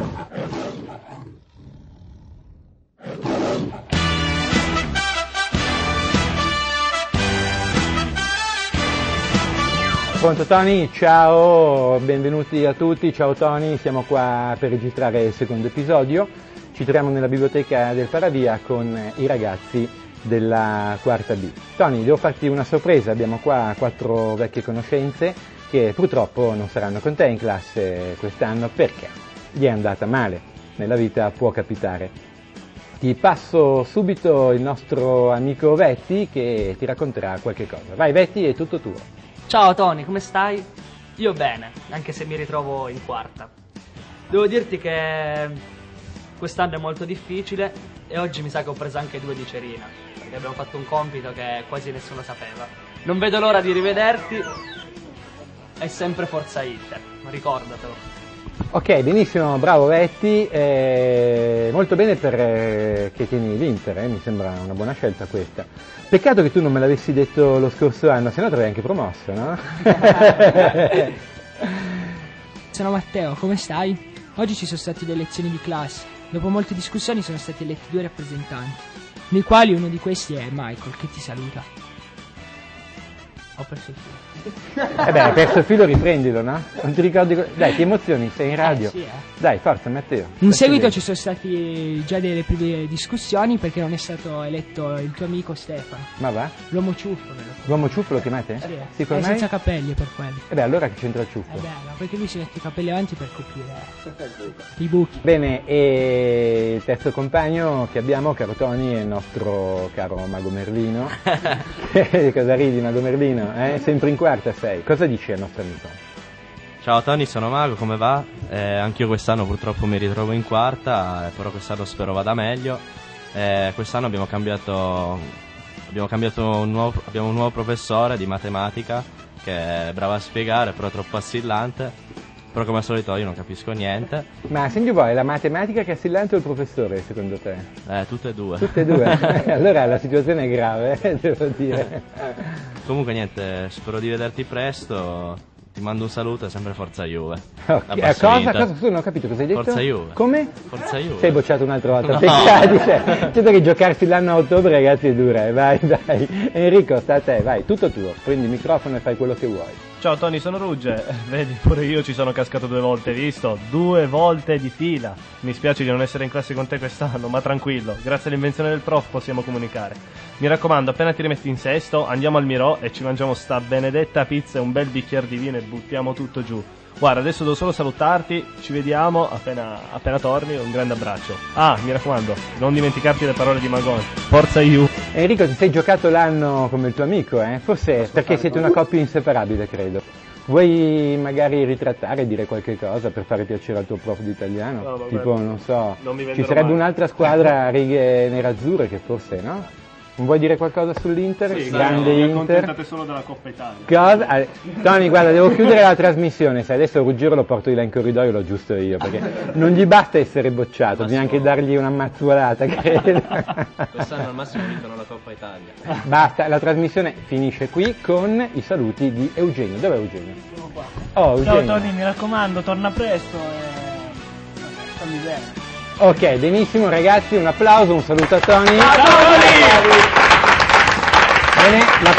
Pronto Tony? Ciao, benvenuti a tutti, ciao Tony, siamo qua per registrare il secondo episodio. Ci troviamo nella biblioteca del Paravia con i ragazzi della quarta B. Tony, devo farti una sorpresa, abbiamo qua 4 vecchie conoscenze che purtroppo non saranno con te in classe quest'anno perché gli è andata male, nella vita può capitare. Ti passo subito il nostro amico Vetti che ti racconterà qualche cosa. Vai Vetti, è tutto tuo. Ciao Tony, come stai? Io bene, anche se mi ritrovo in quarta. Devo dirti che quest'anno è molto difficile e oggi mi sa che ho preso anche 2 di cerina, perché abbiamo fatto un compito che quasi nessuno sapeva. Non vedo l'ora di rivederti. È sempre Forza Inter, ricordatelo. Ok, benissimo, bravo Vetti, molto bene che tieni l'Inter, mi sembra una buona scelta questa. Peccato che tu non me l'avessi detto lo scorso anno, se no ti avrei anche promosso, no? Sono Matteo, come stai? Oggi ci sono state 2 lezioni di classe. Dopo molte discussioni sono stati eletti 2 rappresentanti, nei quali uno di questi è Michael, che ti saluta. Ho perso il filo. Hai perso il filo, riprendilo, no? Non ti ricordi? Dai, ti emozioni, sei in radio. Sì. Dai, forza, Matteo. In seguito ci sono stati già delle prime discussioni perché non è stato eletto il tuo amico Stefano. Ma va? L'uomo ciuffo. L'uomo ciuffo lo chiamate? Sì, come è senza capelli per quello. Allora che c'entra il ciuffo? No, perché lui si mette i capelli avanti per coprire i buchi. Bene, e il terzo compagno che abbiamo, caro Tony, è il nostro caro Mago Merlino. Cosa ridi, Mago Merlino? Sempre in quarta sei. Cosa dici al nostro amico? Ciao Tony, sono Mago, come va? Anch'io quest'anno purtroppo mi ritrovo in quarta, però quest'anno spero vada meglio. Quest'anno abbiamo cambiato abbiamo un nuovo professore di matematica che è bravo a spiegare, però è troppo assillante. Però come al solito io non capisco niente. Ma senti un po', è la matematica che è assillante o il professore secondo te? Tutte e due. Tutte e due? Allora la situazione è grave, devo dire. Comunque niente, spero di vederti presto. Ti mando un saluto e sempre Forza Juve. Okay. Cosa? Tu non ho capito cosa hai detto? Forza Juve. Come? Forza Juve. Sei bocciato un'altra volta. No. Peccati, credo che giocarsi l'anno a ottobre, ragazzi, è dura. Vai. Enrico, sta a te, vai, tutto tuo. Prendi il microfono e fai quello che vuoi. Ciao Tony, sono Rugge. Vedi, pure io ci sono cascato 2 volte, hai visto? 2 volte di fila. Mi spiace di non essere in classe con te quest'anno, ma tranquillo, grazie all'invenzione del prof possiamo comunicare. Mi raccomando, appena ti rimetti in sesto, andiamo al Mirò e ci mangiamo sta benedetta pizza e un bel bicchiere di vino e buttiamo tutto giù. Guarda, adesso devo solo salutarti, ci vediamo appena torni, un grande abbraccio. Ah, mi raccomando, non dimenticarti le parole di Magone. Forza Ju. Enrico, ti sei giocato l'anno come il tuo amico, eh? Forse perché siete una coppia inseparabile, credo. Vuoi magari ritrattare, dire qualche cosa per fare piacere al tuo prof di italiano? No, tipo, guarda, non so, non mi ci sarebbe mai. Un'altra squadra a righe nerazzurre che forse, no? Non vuoi dire qualcosa sull'Inter? Sì, Grande mi Inter. accontentate solo della Coppa Italia. Cosa? Tony, guarda, devo chiudere la trasmissione, se adesso Ruggero lo porto di là in corridoio lo aggiusto io, perché non gli basta essere bocciato, bisogna anche dargli una mazzuolata, credo. Quest'anno al massimo vincono la Coppa Italia. Basta, la trasmissione finisce qui con i saluti di Eugenio. Dov'è Eugenio? Sono qua. Oh, Eugenio. Ciao Tony, mi raccomando, torna presto e stammi bene. Ok, benissimo ragazzi, un applauso, un saluto a Tony. Ciao Tony! Bene,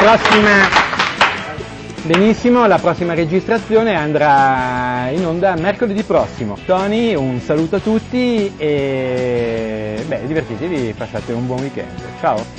la prossima registrazione andrà in onda mercoledì prossimo. Tony, un saluto a tutti e divertitevi, passate un buon weekend. Ciao!